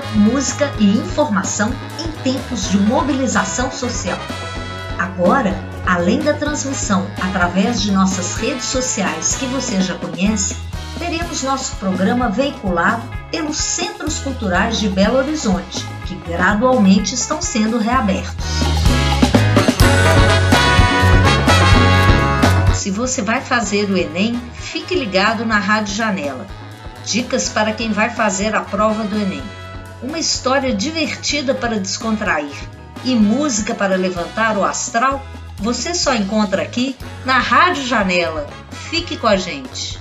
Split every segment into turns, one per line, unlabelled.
música e informação em tempos de mobilização social. Agora, além da transmissão através de nossas redes sociais que você já conhece, teremos nosso programa veiculado pelos Centros Culturais de Belo Horizonte, que gradualmente estão sendo reabertos. Se você vai fazer o Enem, fique ligado na Rádio Janela. Dicas para quem vai fazer a prova do Enem. Uma história divertida para descontrair e música para levantar o astral, você só encontra aqui na Rádio Janela. Fique com a gente.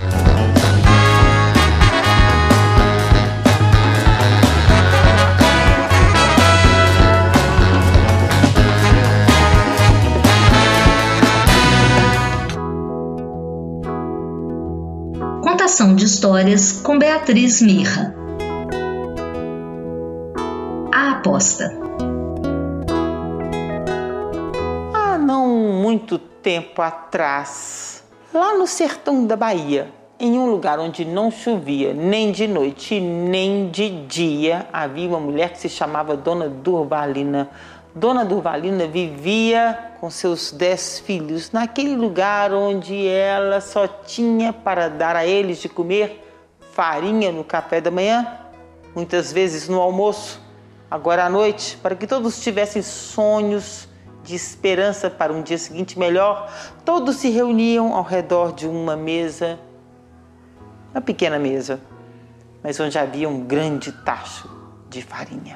Contação de histórias com Beatriz Mirra. A aposta.
Há não muito tempo atrás, lá no sertão da Bahia, em um lugar onde não chovia nem de noite nem de dia, havia uma mulher que se chamava Dona Durvalina. Dona Durvalina vivia com seus 10 filhos naquele lugar onde ela só tinha para dar a eles de comer farinha no café da manhã, muitas vezes no almoço, agora à noite, para que todos tivessem sonhos de esperança para um dia seguinte melhor. Todos se reuniam ao redor de uma mesa, uma pequena mesa, mas onde havia um grande tacho de farinha.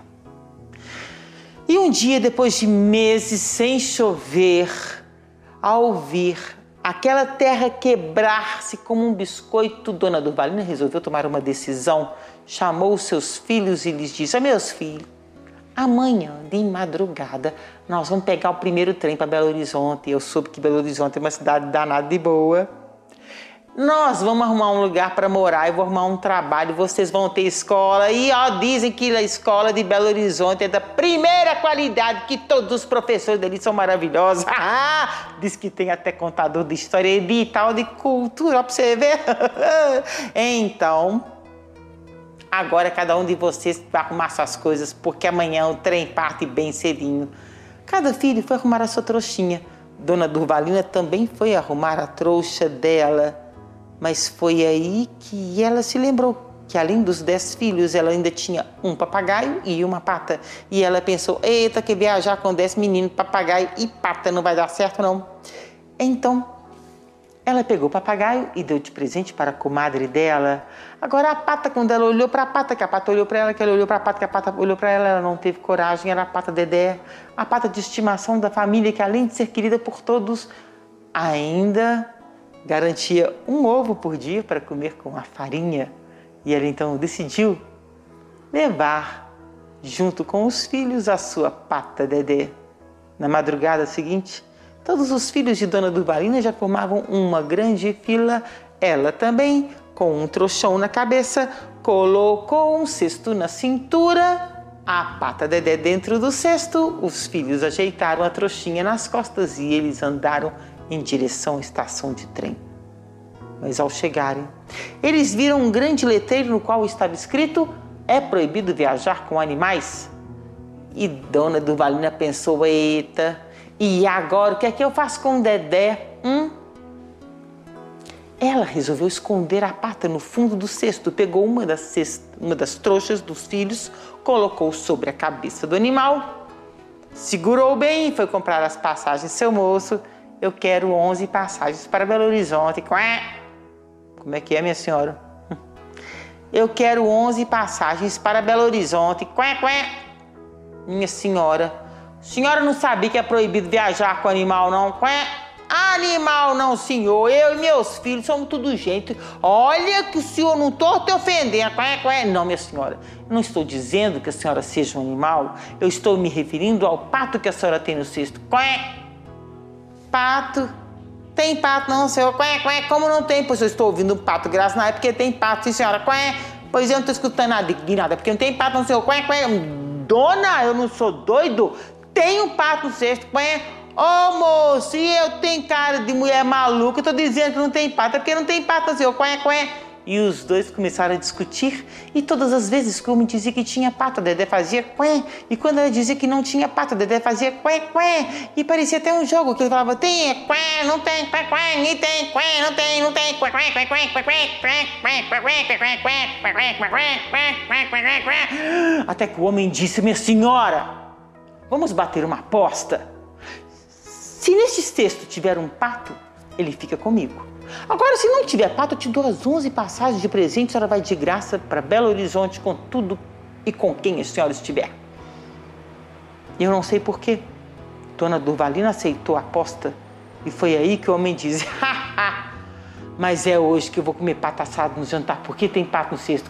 E um dia, depois de meses sem chover, ao ver aquela terra quebrar-se como um biscoito, Dona Durvalina resolveu tomar uma decisão. Chamou os seus filhos e lhes disse: meus filhos, amanhã de madrugada nós vamos pegar o primeiro trem para Belo Horizonte. Eu soube que Belo Horizonte é uma cidade danada de boa. Nós vamos arrumar um lugar para morar, eu vou arrumar um trabalho, vocês vão ter escola. E dizem que a escola de Belo Horizonte é da primeira qualidade, que todos os professores dali são maravilhosos. Diz que tem até contador de história e tal, de cultura, para você ver. Então, agora cada um de vocês vai arrumar suas coisas, porque amanhã o trem parte bem cedinho. Cada filho foi arrumar a sua trouxinha. Dona Durvalina também foi arrumar a trouxa dela. Mas foi aí que ela se lembrou que além dos 10 filhos, ela ainda tinha um papagaio e uma pata. E ela pensou: eita, que viajar com 10 meninos, papagaio e pata não vai dar certo não. Então, ela pegou o papagaio e deu de presente para a comadre dela. Agora a pata, quando ela olhou para a pata, que a pata olhou para ela, que ela olhou para a pata, que a pata olhou para ela, ela não teve coragem. Era a pata Dedé, a pata de estimação da família, que além de ser querida por todos, ainda garantia um ovo por dia para comer com a farinha. E ela então decidiu levar, junto com os filhos, a sua pata Dedé. Na madrugada seguinte, todos os filhos de Dona Durvalina já formavam uma grande fila. Ela também, com um trouxão na cabeça, colocou um cesto na cintura, a pata Dedé dentro do cesto, os filhos ajeitaram a trouxinha nas costas e eles andaram em direção à estação de trem. Mas ao chegarem, eles viram um grande letreiro no qual estava escrito: é proibido viajar com animais. E Dona Durvalina pensou: eita, e agora o que é que eu faço com o Dedé? Ela resolveu esconder a pata no fundo do cesto, pegou uma das trouxas dos filhos, colocou sobre a cabeça do animal, segurou bem e foi comprar as passagens. Seu moço, eu quero 11 passagens para Belo Horizonte. Como é que é, minha senhora? Eu quero 11 passagens para Belo Horizonte. Minha senhora, a senhora não sabia que é proibido viajar com animal, não? Animal não, senhor. Eu e meus filhos somos tudo gente. Olha que o senhor não estou te ofendendo. Não, minha senhora, eu não estou dizendo que a senhora seja um animal. Eu estou me referindo ao pato que a senhora tem no cesto. Pato? Tem pato não, senhor? Como não tem? Pois eu estou ouvindo um pato, graças a Deus, porque tem pato, sim, senhora. Pois eu não estou escutando nada de nada, porque não tem pato não, senhor. Dona, eu não sou doido. Tem um pato no cesto. Ô moço, e eu tenho cara de mulher maluca, eu tô dizendo que não tem pato, é porque não tem pato, senhor. E os dois começaram a discutir, e todas as vezes que o homem dizia que tinha pato, a Dedé fazia quém, e quando ela dizia que não tinha pato, a Dedé fazia quém, quém, e parecia até um jogo que ele falava, tem, é quém, não tem, quém, quém, e tem, quém, não tem, não tem, quém, quém, quém, quém, quém, quém, até que o homem disse, minha senhora, vamos bater uma aposta. Se neste cesto tiver um pato, ele fica comigo. Agora, se não tiver pato, eu te dou as 11 passagens de presente, a senhora vai de graça para Belo Horizonte com tudo e com quem a senhora estiver. E eu não sei porquê. Dona Durvalina aceitou a aposta e foi aí que o homem disse, haha, mas é hoje que eu vou comer pato assado no jantar, porque tem pato no cesto.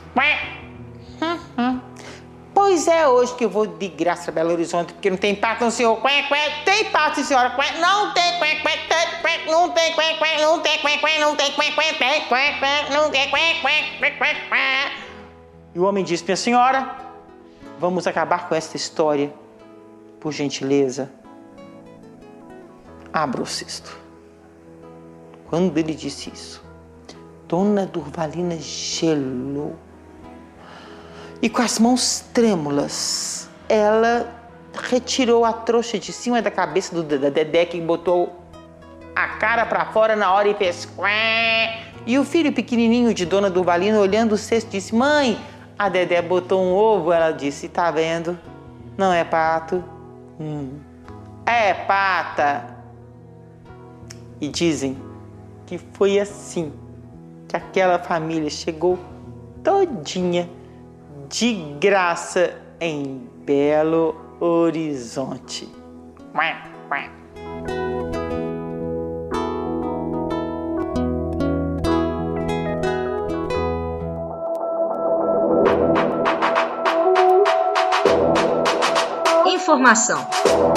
Pois é hoje que eu vou de graça a Belo Horizonte, porque não tem pato no senhor. Tem pato, senhora. Não tem, não tem, não tem, não tem, não tem. E o homem disse, minha senhora, vamos acabar com esta história. Por gentileza, abra o cesto. Quando ele disse isso, Dona Durvalina gelou. E com as mãos trêmulas, ela retirou a trouxa de cima da cabeça da Dedé, que botou a cara para fora na hora e fez quém. E o filho pequenininho de Dona Durvalina, olhando o cesto, disse, mãe, a Dedé botou um ovo. Ela disse, tá vendo? Não é pato. É pata. E dizem que foi assim que aquela família chegou todinha de graça em Belo Horizonte.
Informação.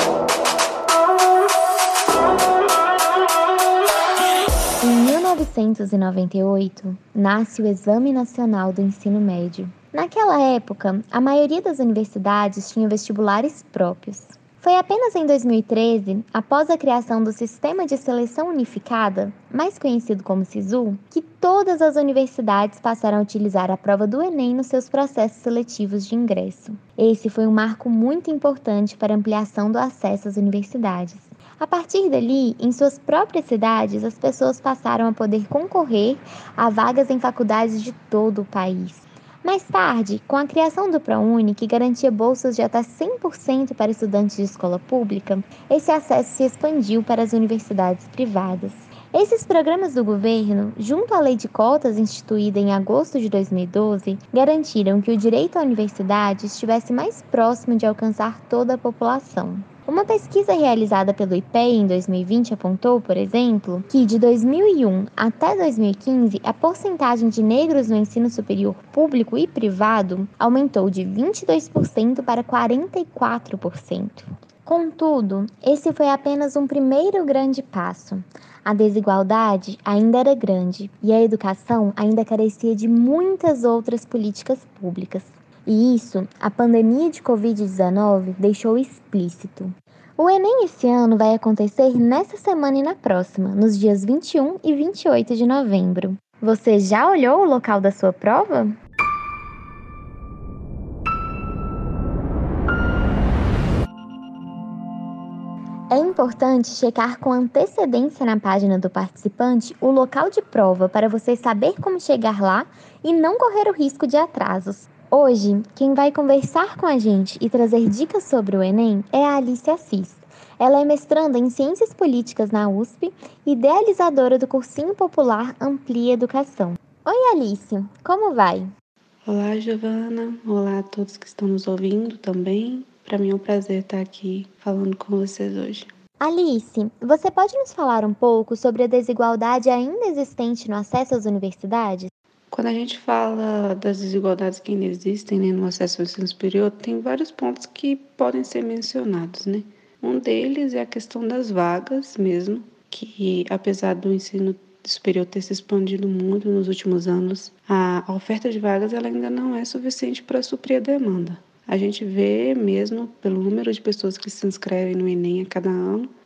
Em 1998, nasce o Exame Nacional do Ensino Médio. Naquela época, a maioria das universidades tinha vestibulares próprios. Foi apenas em 2013, após a criação do Sistema de Seleção Unificada, mais conhecido como SISU, que todas as universidades passaram a utilizar a prova do Enem nos seus processos seletivos de ingresso. Esse foi um marco muito importante para a ampliação do acesso às universidades. A partir dali, em suas próprias cidades, as pessoas passaram a poder concorrer a vagas em faculdades de todo o país. Mais tarde, com a criação do ProUni, que garantia bolsas de até 100% para estudantes de escola pública, esse acesso se expandiu para as universidades privadas. Esses programas do governo, junto à Lei de Cotas instituída em agosto de 2012, garantiram que o direito à universidade estivesse mais próximo de alcançar toda a população. Uma pesquisa realizada pelo IPEA em 2020 apontou, por exemplo, que de 2001 até 2015, a porcentagem de negros no ensino superior público e privado aumentou de 22% para 44%. Contudo, esse foi apenas um primeiro grande passo. A desigualdade ainda era grande e a educação ainda carecia de muitas outras políticas públicas. E isso, a pandemia de Covid-19 deixou explícito. O Enem esse ano vai acontecer nessa semana e na próxima, nos dias 21 e 28 de novembro. Você já olhou o local da sua prova? É importante checar com antecedência na página do participante o local de prova para você saber como chegar lá e não correr o risco de atrasos. Hoje, quem vai conversar com a gente e trazer dicas sobre o Enem é a Alice Assis. Ela é mestranda em Ciências Políticas na USP e idealizadora do cursinho popular Amplia Educação. Oi, Alice, como vai?
Olá, Giovana. Olá a todos que estão nos ouvindo também. Para mim é um prazer estar aqui falando com vocês hoje.
Alice, você pode nos falar um pouco sobre a desigualdade ainda existente no acesso às universidades?
Quando a gente fala das desigualdades que ainda existem, no acesso ao ensino superior, tem vários pontos que podem ser mencionados, Um deles é a questão das vagas mesmo, que apesar do ensino superior ter se expandido muito nos últimos anos, a oferta de vagas ela ainda não é suficiente para suprir a demanda. A gente vê mesmo, pelo número de pessoas que se inscrevem no Enem a cada ano,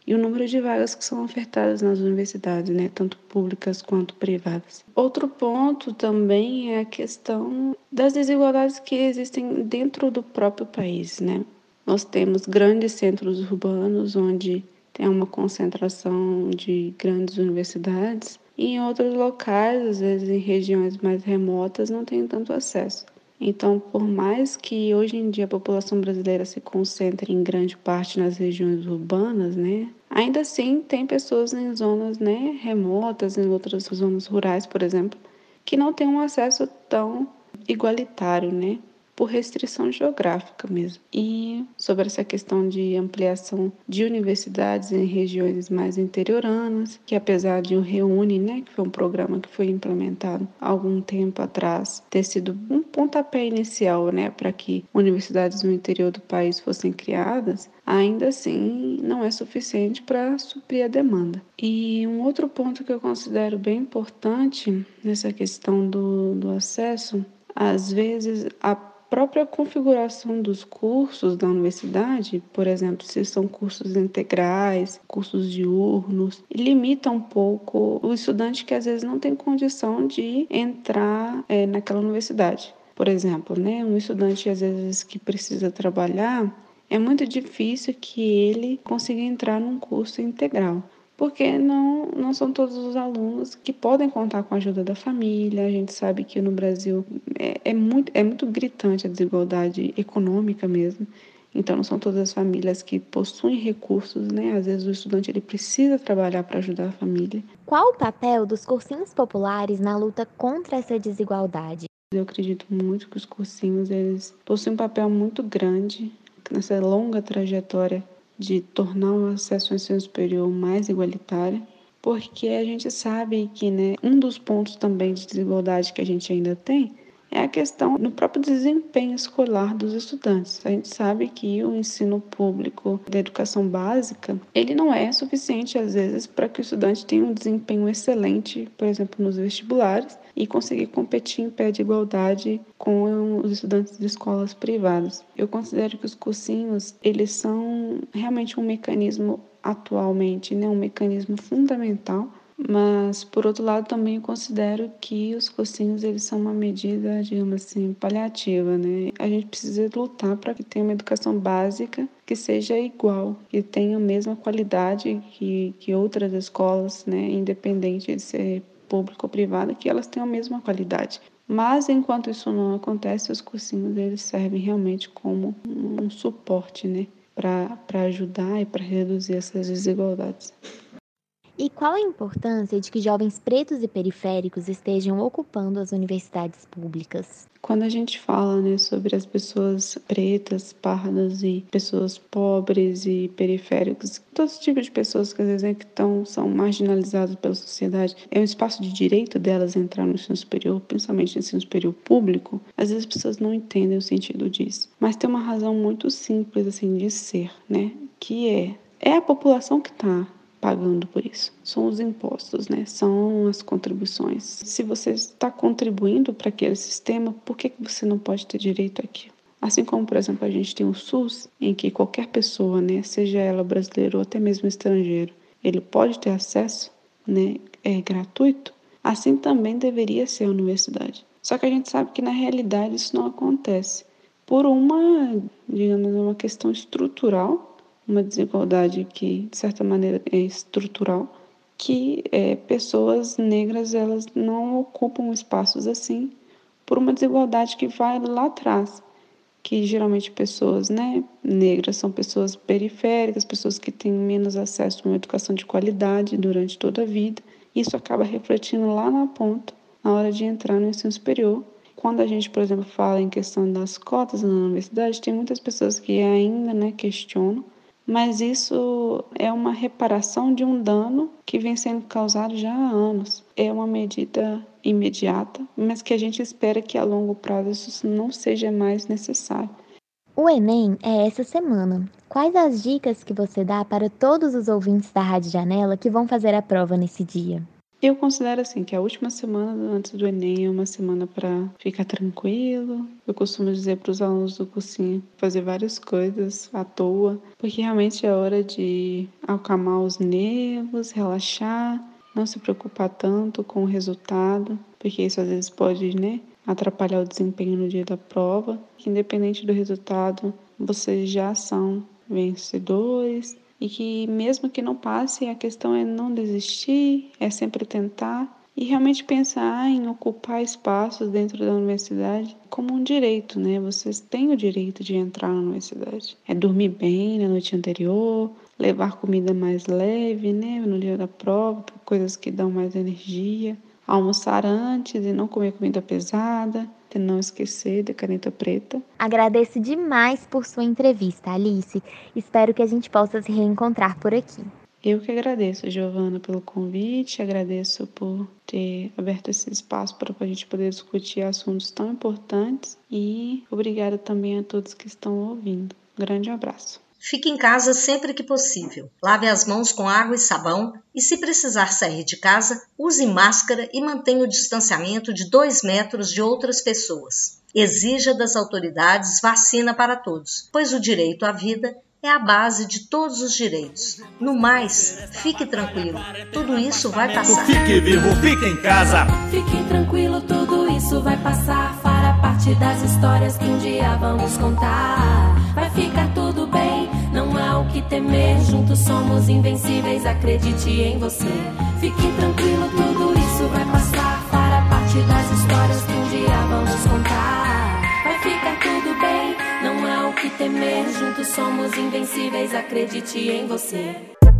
e o número de vagas que são ofertadas nas universidades, né, tanto públicas quanto privadas. Outro ponto também é a questão das desigualdades que existem dentro do próprio país, né? Nós temos grandes centros urbanos onde tem uma concentração de grandes universidades e em outros locais, às vezes em regiões mais remotas, não tem tanto acesso. Então, por mais que hoje em dia a população brasileira se concentre em grande parte nas regiões urbanas, né, ainda assim tem pessoas em zonas, né, remotas, em outras zonas rurais, por exemplo, que não têm um acesso tão igualitário, né, por restrição geográfica mesmo. E sobre essa questão de ampliação de universidades em regiões mais interioranas, que apesar de o Reúne, né, que foi um programa que foi implementado há algum tempo atrás, ter sido um pontapé inicial, né, para que universidades no interior do país fossem criadas, ainda assim não é suficiente para suprir a demanda. E um outro ponto que eu considero bem importante nessa questão do acesso, às vezes a própria configuração dos cursos da universidade, por exemplo, se são cursos integrais, cursos diurnos, limita um pouco o estudante que às vezes não tem condição de entrar naquela universidade. Por exemplo, né, um estudante às vezes que precisa trabalhar, é muito difícil que ele consiga entrar num curso integral, porque não são todos os alunos que podem contar com a ajuda da família. A gente sabe que no Brasil é muito gritante a desigualdade econômica mesmo. Então, não são todas as famílias que possuem recursos, né? Às vezes o estudante ele precisa trabalhar para ajudar a família.
Qual o papel dos cursinhos populares na luta contra essa desigualdade?
Eu acredito muito que os cursinhos eles possuem um papel muito grande nessa longa trajetória de tornar o acesso ao ensino superior mais igualitário, porque a gente sabe que, né, um dos pontos também de desigualdade que a gente ainda tem é a questão no próprio desempenho escolar dos estudantes. A gente sabe que o ensino público da educação básica, ele não é suficiente, às vezes, para que o estudante tenha um desempenho excelente, por exemplo, nos vestibulares, e conseguir competir em pé de igualdade com os estudantes de escolas privadas. Eu considero que os cursinhos, eles são realmente um mecanismo atualmente, né, um mecanismo fundamental. Mas, por outro lado, também considero que os cursinhos eles são uma medida, digamos assim, paliativa, né? A gente precisa lutar para que tenha uma educação básica que seja igual, que tenha a mesma qualidade que outras escolas, né? Independente de ser pública ou privada, que elas tenham a mesma qualidade. Mas, enquanto isso não acontece, os cursinhos eles servem realmente como um suporte, né? Para ajudar e para reduzir essas desigualdades.
E qual a importância de que jovens pretos e periféricos estejam ocupando as universidades públicas?
Quando a gente fala, né, sobre as pessoas pretas, pardas e pessoas pobres e periféricos, todo tipo de pessoas que às vezes são marginalizadas pela sociedade, é um espaço de direito delas entrar no ensino superior, principalmente no ensino superior público, às vezes as pessoas não entendem o sentido disso. Mas tem uma razão muito simples assim de ser, né, que é a população que está pagando por isso. São os impostos, né? São as contribuições. Se você está contribuindo para aquele sistema, por que você não pode ter direito àquilo? Assim como, por exemplo, a gente tem o SUS, em que qualquer pessoa, né, seja ela brasileira ou até mesmo estrangeiro, ele pode ter acesso, né, gratuito, assim também deveria ser a universidade. Só que a gente sabe que na realidade isso não acontece por uma questão estrutural, uma desigualdade que, de certa maneira, é estrutural, que pessoas negras elas não ocupam espaços assim por uma desigualdade que vai lá atrás, que geralmente pessoas, né, negras são pessoas periféricas, pessoas que têm menos acesso a uma educação de qualidade durante toda a vida. Isso acaba refletindo lá na ponta, na hora de entrar no ensino superior. Quando a gente, por exemplo, fala em questão das cotas na universidade, tem muitas pessoas que ainda, né, questionam, mas isso é uma reparação de um dano que vem sendo causado já há anos. É uma medida imediata, mas que a gente espera que a longo prazo isso não seja mais necessário.
O Enem é essa semana. Quais as dicas que você dá para todos os ouvintes da Rádio Janela que vão fazer a prova nesse dia?
Eu considero assim que a última semana antes do Enem é uma semana para ficar tranquilo. Eu costumo dizer para os alunos do cursinho fazer várias coisas à toa, porque realmente é hora de acalmar os nervos, relaxar, não se preocupar tanto com o resultado, porque isso às vezes pode, atrapalhar o desempenho no dia da prova. Que independente do resultado, vocês já são vencedores. E que mesmo que não passe, a questão é não desistir, é sempre tentar e realmente pensar em ocupar espaços dentro da universidade como um direito, né? Vocês têm o direito de entrar na universidade. É dormir bem na noite anterior, levar comida mais leve, no dia da prova, coisas que dão mais energia, almoçar antes e não comer comida pesada, e não esquecer da caneta preta.
Agradeço demais por sua entrevista, Alice. Espero que a gente possa se reencontrar por aqui.
Eu que agradeço, Giovana, pelo convite, agradeço por ter aberto esse espaço para a gente poder discutir assuntos tão importantes e obrigada também a todos que estão ouvindo. Um grande abraço.
Fique em casa sempre que possível. Lave as mãos com água e sabão e, se precisar sair de casa, use máscara e mantenha o distanciamento de 2 metros de outras pessoas. Exija das autoridades vacina para todos, pois o direito à vida é a base de todos os direitos. No mais, fique tranquilo, tudo isso vai passar.
Fique vivo, fique em casa.
Fique tranquilo, tudo isso vai passar. Fará parte das histórias que um dia vamos contar. Vai ficar tudo bem, não há o que temer. Juntos somos invencíveis, acredite em você. Fique tranquilo, tudo isso vai passar. Fará parte das histórias que um dia vamos contar. Vai ficar tudo bem, não há o que temer. Juntos somos invencíveis, acredite em você.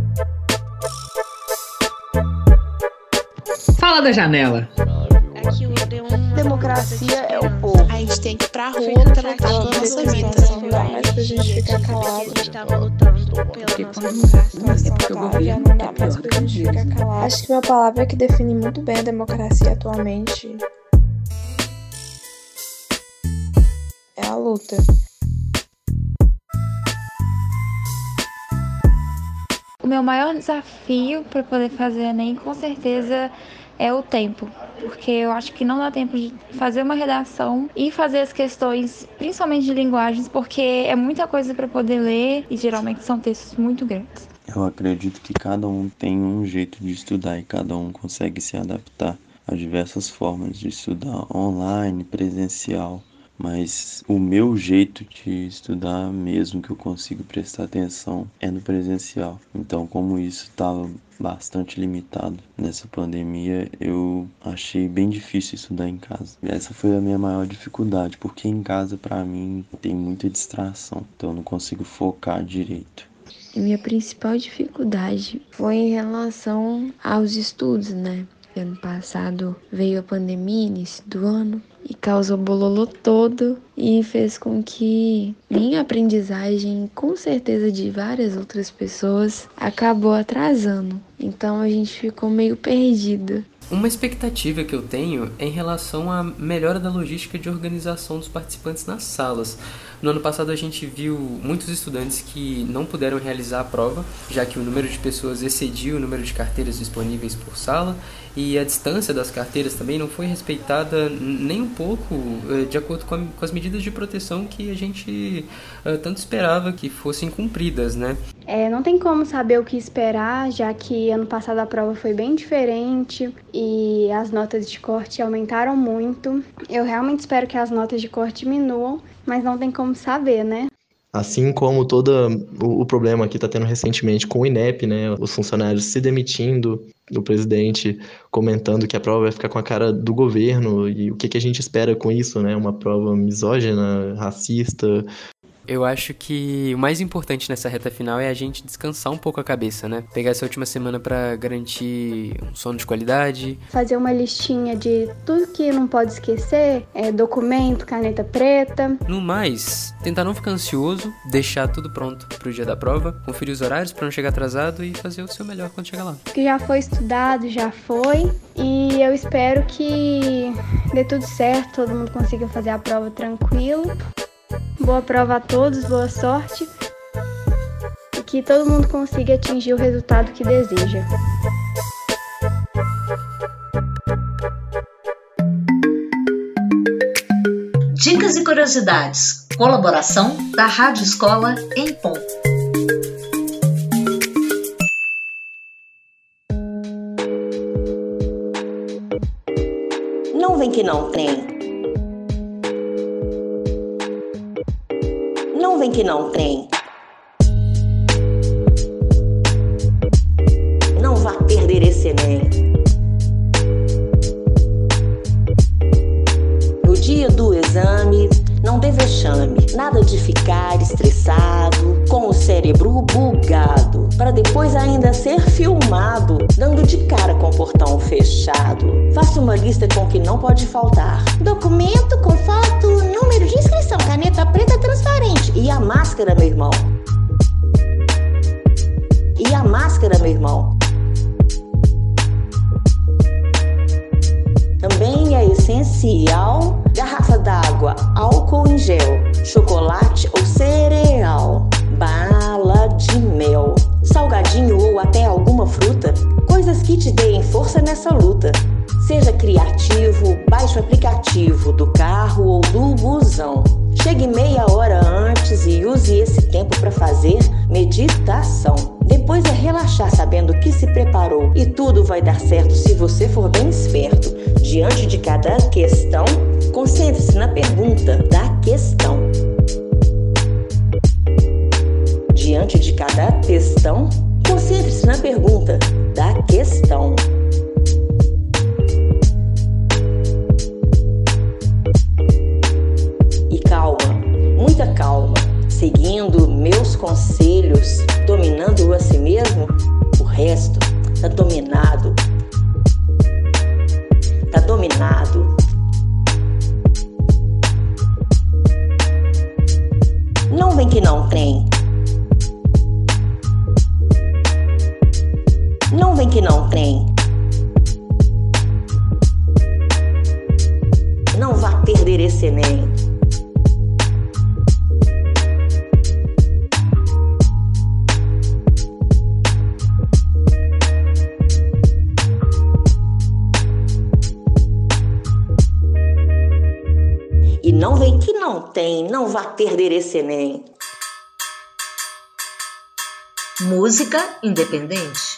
Fala da janela.
Democracia é o povo.
A gente tem que ir pra rua pra lutar pela nossa vida.
Não é pra gente ficar calado.
A gente estava lutando pela nossa democracia.
É porque o governo não dá mais pra gente ficar calado. Acho que uma palavra que define muito bem a democracia atualmente é a luta.
O meu maior desafio para poder fazer Enem, com certeza, é o tempo, porque eu acho que não dá tempo de fazer uma redação e fazer as questões, principalmente de linguagens, porque é muita coisa para poder ler e geralmente são textos muito grandes.
Eu acredito que cada um tem um jeito de estudar e cada um consegue se adaptar a diversas formas de estudar, online, presencial. Mas o meu jeito de estudar mesmo, que eu consigo prestar atenção, é no presencial. Então, como isso estava bastante limitado nessa pandemia, eu achei bem difícil estudar em casa. Essa foi a minha maior dificuldade, porque em casa, para mim, tem muita distração. Então, eu não consigo focar direito.
Minha principal dificuldade foi em relação aos estudos, Ano passado veio a pandemia, início do ano, e causou bololô todo e fez com que minha aprendizagem, com certeza de várias outras pessoas, acabou atrasando. Então a gente ficou meio perdido.
Uma expectativa que eu tenho é em relação à melhora da logística de organização dos participantes nas salas. No ano passado a gente viu muitos estudantes que não puderam realizar a prova, já que o número de pessoas excedia o número de carteiras disponíveis por sala, e a distância das carteiras também não foi respeitada nem um pouco de acordo com as medidas de proteção que a gente tanto esperava que fossem cumpridas,
Não tem como saber o que esperar, já que ano passado a prova foi bem diferente e as notas de corte aumentaram muito. Eu realmente espero que as notas de corte diminuam, mas não tem como saber,
Assim como todo o problema que está tendo recentemente com o INEP, os funcionários se demitindo, o presidente comentando que a prova vai ficar com a cara do governo, e o que a gente espera com isso, uma prova misógina, racista.
Eu acho que o mais importante nessa reta final é a gente descansar um pouco a cabeça, Pegar essa última semana para garantir um sono de qualidade.
Fazer uma listinha de tudo que não pode esquecer, documento, caneta preta.
No mais, tentar não ficar ansioso, deixar tudo pronto pro dia da prova, conferir os horários para não chegar atrasado e fazer o seu melhor quando chegar lá.
O que já foi estudado, já foi. E eu espero que dê tudo certo, todo mundo consiga fazer a prova tranquilo. Boa prova a todos, boa sorte e que todo mundo consiga atingir o resultado que deseja.
Dicas e curiosidades. Colaboração da Rádio Escola em Ponto.
Não vem que não tem. Não vem que não tem. Não vá perder esse Enem. No dia do exame, não dê vexame. Nada de ficar estressado, com o cérebro bugado, para depois ainda ser filmado, dando de cara com o portão fechado. Faça uma lista com o que não pode faltar: documento com foto, número de inscrição, caneta preta transparente. E a máscara, meu irmão. E a máscara, meu irmão. Também é essencial garrafa d'água, álcool em gel, chocolate ou cereal, bala de mel, salgadinho ou até alguma fruta, coisas que te deem força nessa luta. Seja criativo, baixe o aplicativo do carro ou do busão. Chegue meia hora antes e use esse tempo para fazer meditação. Depois é relaxar sabendo que se preparou e tudo vai dar certo se você for bem esperto. Diante de cada questão, concentre-se na pergunta da questão. Diante de cada questão, concentre-se na pergunta da questão. E calma, muita calma, seguindo meus conselhos, dominando a si mesmo, o resto tá dominado. Tá dominado. Não vem que não tem. Não vem que não tem. Não vá perder esse Enem. E não vem que não tem, não vá perder esse Enem.
Música independente.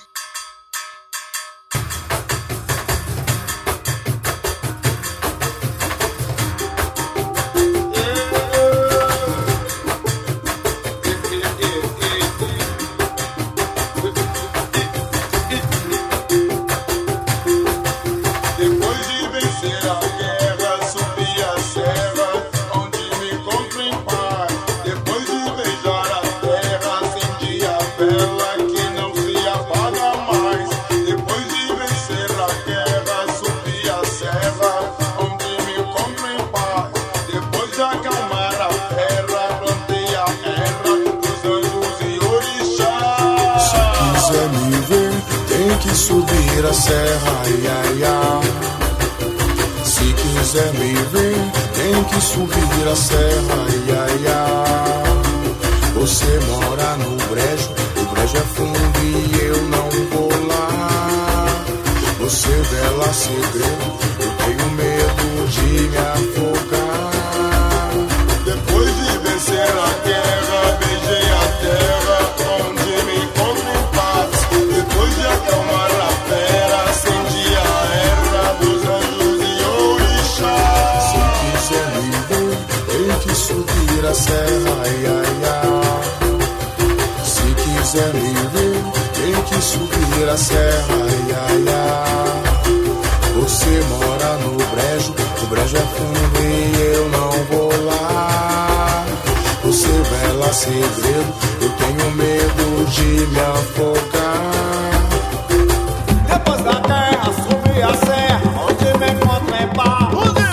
Subir a serra, ai, ai, ai. Se quiser me ver, tem que subir a serra, ai, ai, ai. Você mora no brejo, o brejo é fundo e eu não vou lá. Você bela segredo, eu tenho medo de me afogar. Depois de vencer a guerra, beijei a terra, onde me encontro em paz. Depois de acalmar a fera, acendi a erva dos anjos e orixás. Se quiser me ver, tem que subir a serra, ai, ai, ai. Se quiser me ver, tem que subir a serra, ai, ai, ai. Você mora no brejo, o brejo é fundo e eu não vou lá. Você bela segredo, eu tenho medo de me afogar. Depois da terra, subi a serra, onde me encontro em paz.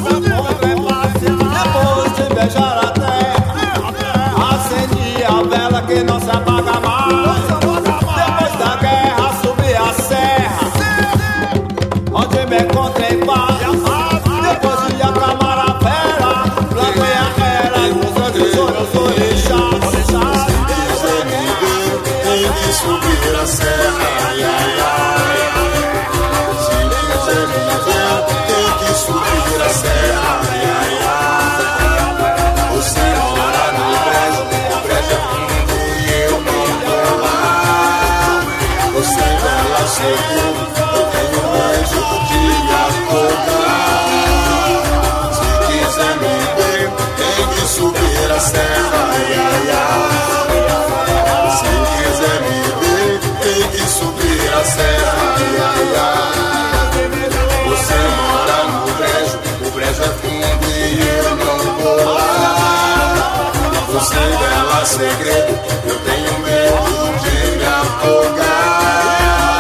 Depois de beijar a terra, acendi a vela que não se apaga mais. Depois da guerra, subi a serra, onde me encontro em paz. Depois de acalmar a fera, plantei a era e os anjos olhos orixás. Tem que subir a serra, ai, ai, ai. Se quiser me ver, tem que subir a serra, ai, ai, ai. segredo, eu tenho medo de me afogar. Se quiser me ver, tem que subir a serra, ai, ai, ai. Se quiser me ver, tem que subir a serra, ai, ai, ai. Você mora no brejo, o brejo é fundo e eu não vou lá. Você revela segredo, eu tenho medo de me afogar.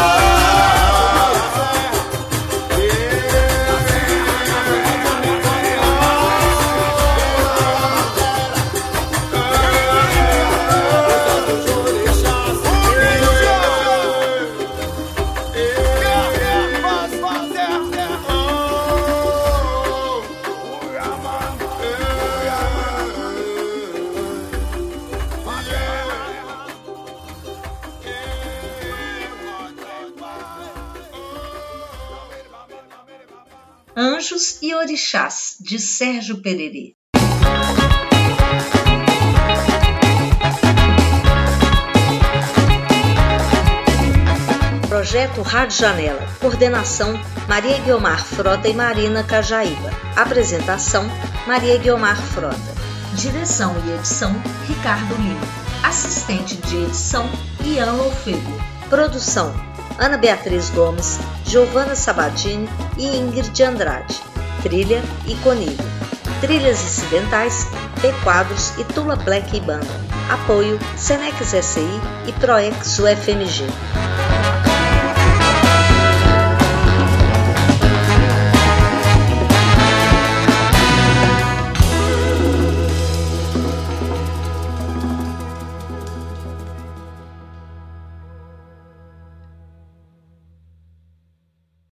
Anjos e Orixás, de Sérgio Pererê. Projeto Rádio Janela. Coordenação: Maria Guiomar Frota e Marina Cajaíba. Apresentação: Maria Guiomar Frota. Direção e edição: Ricardo Lima. Assistente de edição: Ian Lofego. Produção: Ana Beatriz Gomes, Giovana Sabatini e Ingrid Andrade. Trilha: Iconilho. Trilhas incidentais: P Quadros e Tula Black e Banda. Apoio: Senex SI e Proex UFMG.